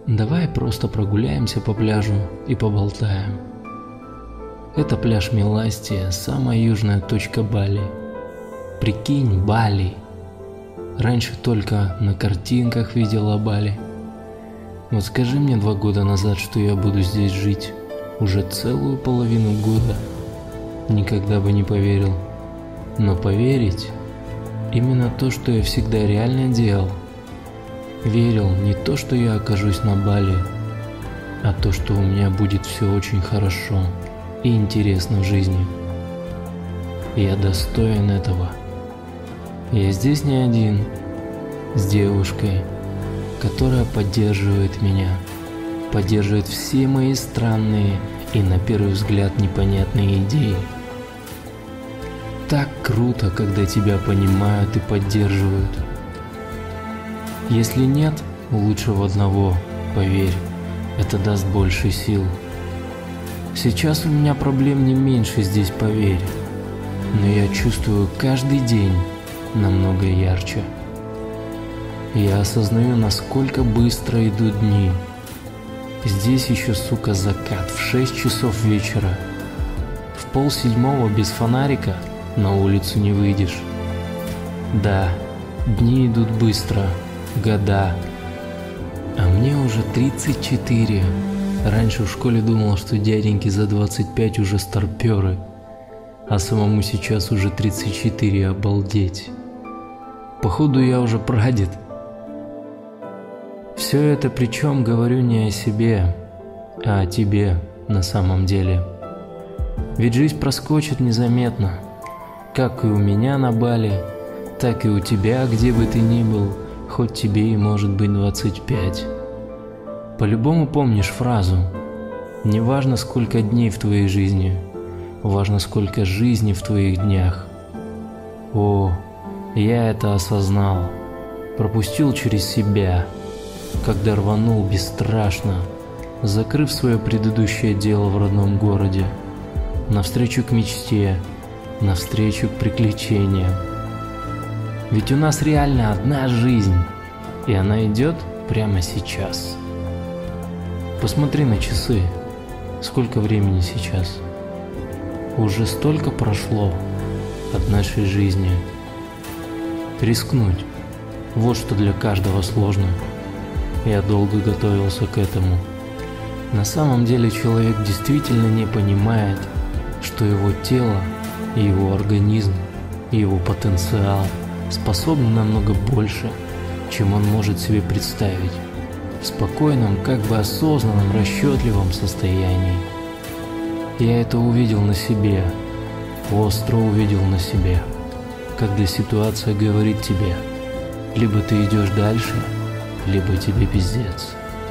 Давай просто прогуляемся по пляжу и поболтаем. Это пляж Меластия, самая южная точка Бали. Прикинь, Бали. Раньше только на картинках видела Бали. Вот скажи мне 2 года назад, что я буду здесь жить уже целую половину года. Никогда бы не поверил. Но поверить – именно то, что я всегда реально делал. Верил не то, что я окажусь на Бали, а то, что у меня будет все очень хорошо и интересно в жизни. Я достоин этого. Я здесь не один, с девушкой, которая поддерживает меня, поддерживает все мои странные и на первый взгляд непонятные идеи. Так круто, когда тебя понимают и поддерживают. Если нет, лучше в одного, поверь, это даст больше сил. Сейчас у меня проблем не меньше здесь, поверь, но я чувствую каждый день намного ярче. Я осознаю, насколько быстро идут дни. Здесь еще, сука, закат в 6 часов вечера. В 6:30 без фонарика на улицу не выйдешь. Да, дни идут быстро. Года. А мне уже 34. Раньше в школе думал, что дяденьки за 25 уже старперы. А самому сейчас уже 34, обалдеть. Походу я уже прадед. Все это причем говорю не о себе, а о тебе на самом деле. Ведь жизнь проскочит незаметно. Как и у меня на Бали, так и у тебя, где бы ты ни был. Хоть тебе и может быть 25. По-любому помнишь фразу: не важно, сколько дней в твоей жизни, важно, сколько жизни в твоих днях. О, я это осознал, пропустил через себя, когда рванул бесстрашно, закрыв свое предыдущее дело в родном городе, навстречу к мечте, навстречу к приключениям. Ведь у нас реально одна жизнь, и она идет прямо сейчас. Посмотри на часы. Сколько времени сейчас? Уже столько прошло от нашей жизни. Рискнуть. Вот что для каждого сложно. Я долго готовился к этому. На самом деле человек действительно не понимает, что его тело, и его организм, и его потенциал способны намного больше, чем он может себе представить, в спокойном, как бы осознанном, расчетливом состоянии. Я это увидел на себе, остро увидел на себе, когда ситуация говорит тебе: либо ты идешь дальше, либо тебе пиздец.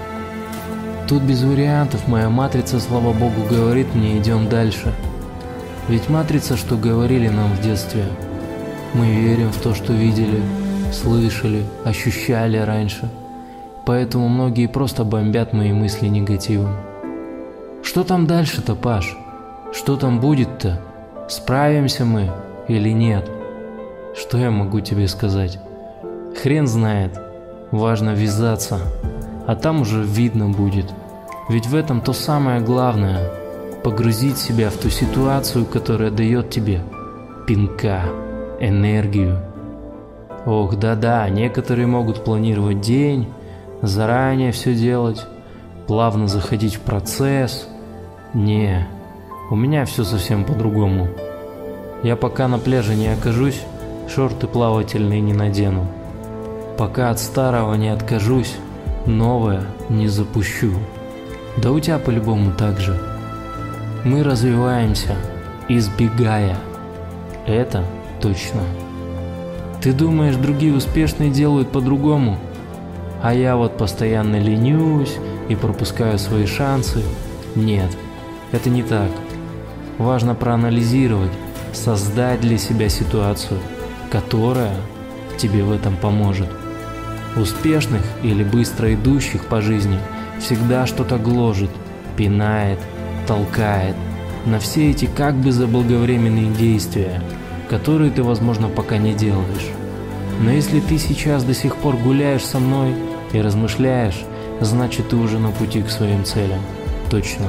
Тут без вариантов, моя матрица, слава богу, говорит мне: идем дальше. Ведь матрица, что говорили нам в детстве, мы верим в то, что видели, слышали, ощущали раньше. Поэтому многие просто бомбят мои мысли негативом. Что там дальше-то, Паш? Что там будет-то? Справимся мы или нет? Что я могу тебе сказать? Хрен знает. Важно ввязаться, а там уже видно будет. Ведь в этом то самое главное – погрузить себя в ту ситуацию, которая дает тебе пинка, энергию. Ох, да-да, некоторые могут планировать день, заранее все делать, плавно заходить в процесс. Не, у меня все совсем по-другому. Я пока на пляже не окажусь, шорты плавательные не надену. Пока от старого не откажусь, новое не запущу. Да у тебя по-любому так же. Мы развиваемся, избегая. Это точно. Ты думаешь, другие успешные делают по-другому? А я вот постоянно ленюсь и пропускаю свои шансы. Нет, это не так. Важно проанализировать, создать для себя ситуацию, которая тебе в этом поможет. Успешных или быстро идущих по жизни всегда что-то гложет, пинает, толкает на все эти как бы заблаговременные действия, которые ты, возможно, пока не делаешь. Но если ты сейчас до сих пор гуляешь со мной и размышляешь, значит ты уже на пути к своим целям. Точно.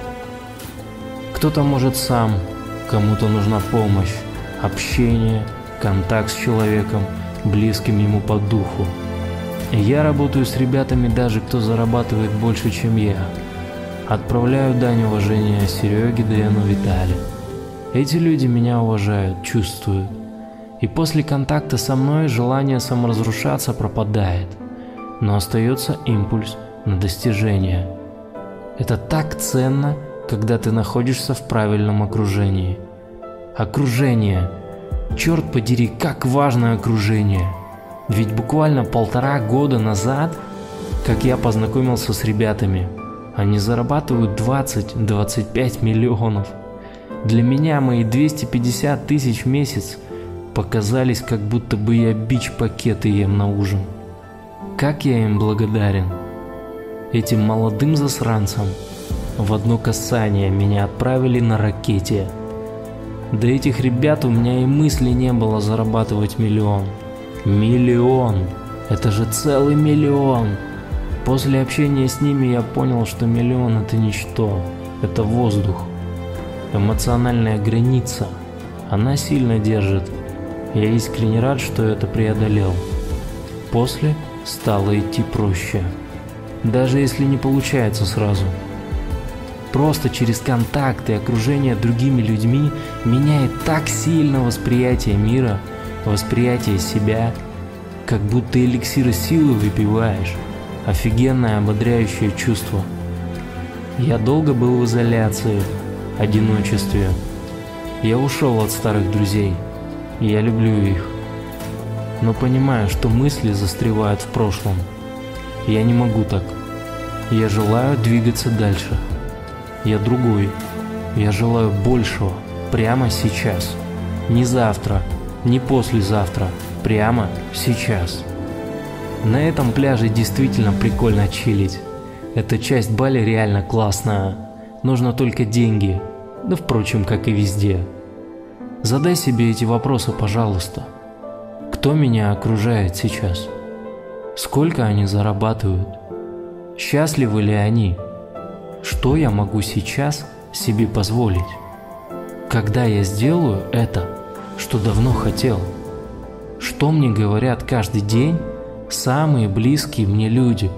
Кто-то может сам, кому-то нужна помощь, общение, контакт с человеком, близким ему по духу. И я работаю с ребятами, даже кто зарабатывает больше, чем я. Отправляю дань уважения Сереге, Дэну, Виталию. Эти люди меня уважают, чувствуют. И после контакта со мной желание саморазрушаться пропадает, но остается импульс на достижение. Это так ценно, когда ты находишься в правильном окружении. Окружение. Черт подери, как важно окружение. Ведь буквально 1,5 года назад, как я познакомился с ребятами, они зарабатывают 20-25 миллионов. Для меня мои 250 тысяч в месяц показались, как будто бы я бич-пакеты ем на ужин. Как я им благодарен. Этим молодым засранцам в одно касание меня отправили на ракете. До этих ребят у меня и мысли не было зарабатывать миллион. Миллион! Это же целый миллион! После общения с ними я понял, что миллион — это ничто, это воздух. Эмоциональная граница, она сильно держит. Я искренне рад, что это преодолел. После стало идти проще. Даже если не получается сразу. Просто через контакты и окружение другими людьми меняет так сильно восприятие мира, восприятие себя, как будто эликсира силы выпиваешь. Офигенное ободряющее чувство. Я долго был в изоляции, одиночестве. Я ушел от старых друзей. Я люблю их. Но понимаю, что мысли застревают в прошлом. Я не могу так. Я желаю двигаться дальше. Я другой. Я желаю большего. Прямо сейчас. Не завтра, не послезавтра. Прямо сейчас. На этом пляже действительно прикольно чилить. Эта часть Бали реально классная. Нужно только деньги. Да, впрочем, как и везде. Задай себе эти вопросы, пожалуйста. Кто меня окружает сейчас? Сколько они зарабатывают? Счастливы ли они? Что я могу сейчас себе позволить? Когда я сделаю это, что давно хотел? Что мне говорят каждый день самые близкие мне люди?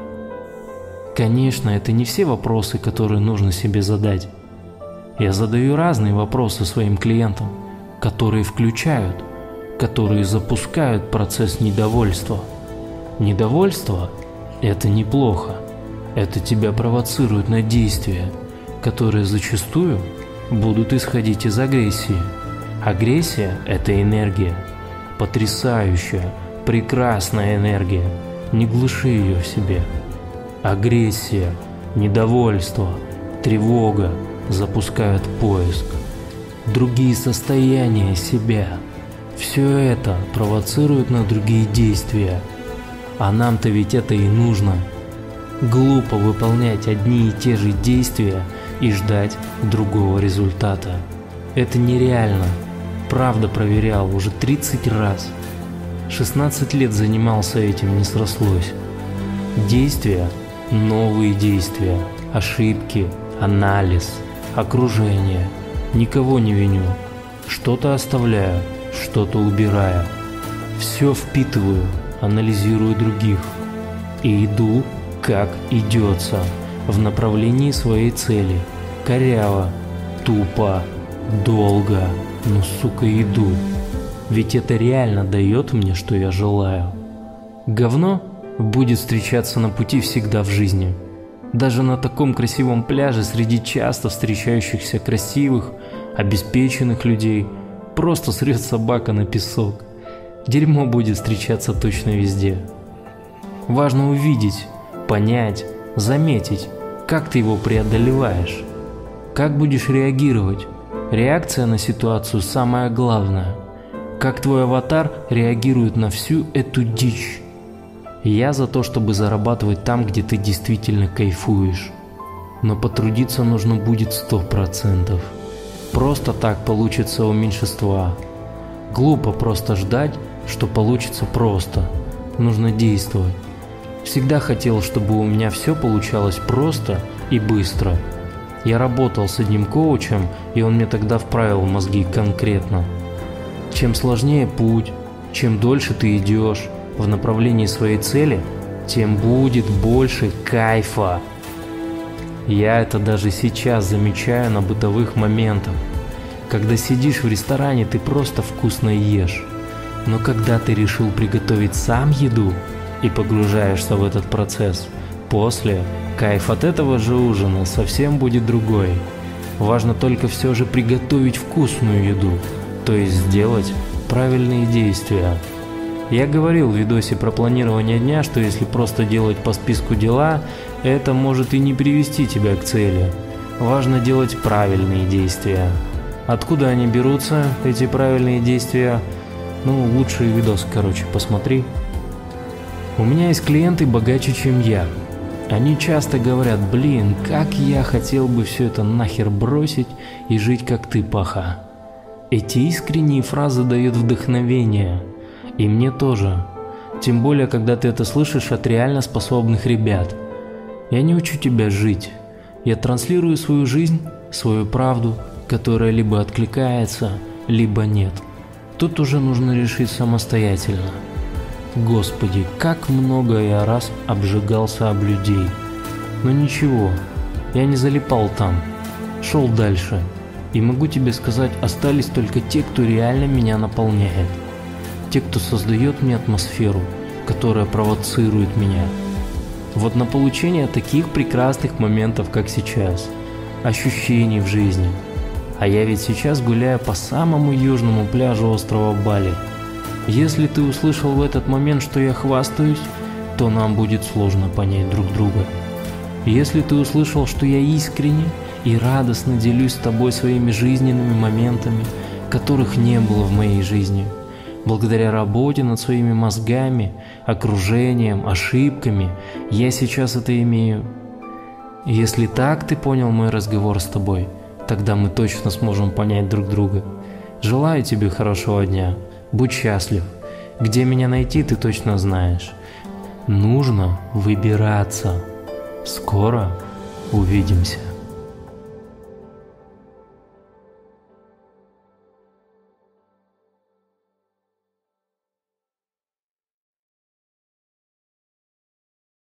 Конечно, это не все вопросы, которые нужно себе задать. Я задаю разные вопросы своим клиентам, которые включают, которые запускают процесс недовольства. Недовольство – это неплохо. Это тебя провоцирует на действия, которые зачастую будут исходить из агрессии. Агрессия – это энергия. Потрясающая, прекрасная энергия. Не глуши ее в себе. Агрессия, недовольство, тревога запускают поиск. Другие состояния себя. Все это провоцирует на другие действия. А нам-то ведь это и нужно. Глупо выполнять одни и те же действия и ждать другого результата. Это нереально. Правда, проверял уже 30 раз. 16 лет занимался этим, не срослось. Действия, новые действия, ошибки, анализ, окружение. Никого не виню. Что-то оставляю, что-то убираю. Все впитываю, анализирую других. И иду, как идется, в направлении своей цели. Коряво, тупо, долго, но, сука, иду. Ведь это реально дает мне, что я желаю. Говно будет встречаться на пути всегда в жизни. Даже на таком красивом пляже среди часто встречающихся красивых, обеспеченных людей просто срет собака на песок. Дерьмо будет встречаться точно везде. Важно увидеть, понять, заметить, как ты его преодолеваешь. Как будешь реагировать? Реакция на ситуацию самое главное. Как твой аватар реагирует на всю эту дичь? Я за то, чтобы зарабатывать там, где ты действительно кайфуешь. Но потрудиться нужно будет 100%. Просто так получится у меньшинства. Глупо просто ждать, что получится просто. Нужно действовать. Всегда хотел, чтобы у меня все получалось просто и быстро. Я работал с одним коучем, и он мне тогда вправил мозги конкретно. Чем сложнее путь, чем дольше ты идешь в направлении своей цели, тем будет больше кайфа. Я это даже сейчас замечаю на бытовых моментах. Когда сидишь в ресторане, ты просто вкусно ешь. Но когда ты решил приготовить сам еду и погружаешься в этот процесс, после кайф от этого же ужина совсем будет другой. Важно только все же приготовить вкусную еду, то есть сделать правильные действия. Я говорил в видосе про планирование дня, что если просто делать по списку дела, это может и не привести тебя к цели. Важно делать правильные действия. Откуда они берутся, эти правильные действия? Лучший видос, посмотри. У меня есть клиенты богаче, чем я. Они часто говорят: блин, как я хотел бы все это нахер бросить и жить как ты, Паха. Эти искренние фразы дают вдохновение. И мне тоже. Тем более, когда ты это слышишь от реально способных ребят. Я не учу тебя жить. Я транслирую свою жизнь, свою правду, которая либо откликается, либо нет. Тут уже нужно решить самостоятельно. Господи, как много я раз обжигался об людей. Но ничего, я не залипал там. Шел дальше. И могу тебе сказать, остались только те, кто реально меня наполняет. Те, кто создает мне атмосферу, которая провоцирует меня. Вот на получение таких прекрасных моментов, как сейчас, ощущений в жизни. А я ведь сейчас гуляю по самому южному пляжу острова Бали. Если ты услышал в этот момент, что я хвастаюсь, то нам будет сложно понять друг друга. Если ты услышал, что я искренне и радостно делюсь с тобой своими жизненными моментами, которых не было в моей жизни, благодаря работе над своими мозгами, окружением, ошибками, я сейчас это имею. Если так ты понял мой разговор с тобой, тогда мы точно сможем понять друг друга. Желаю тебе хорошего дня. Будь счастлив. Где меня найти, ты точно знаешь. Нужно выбираться. Скоро увидимся.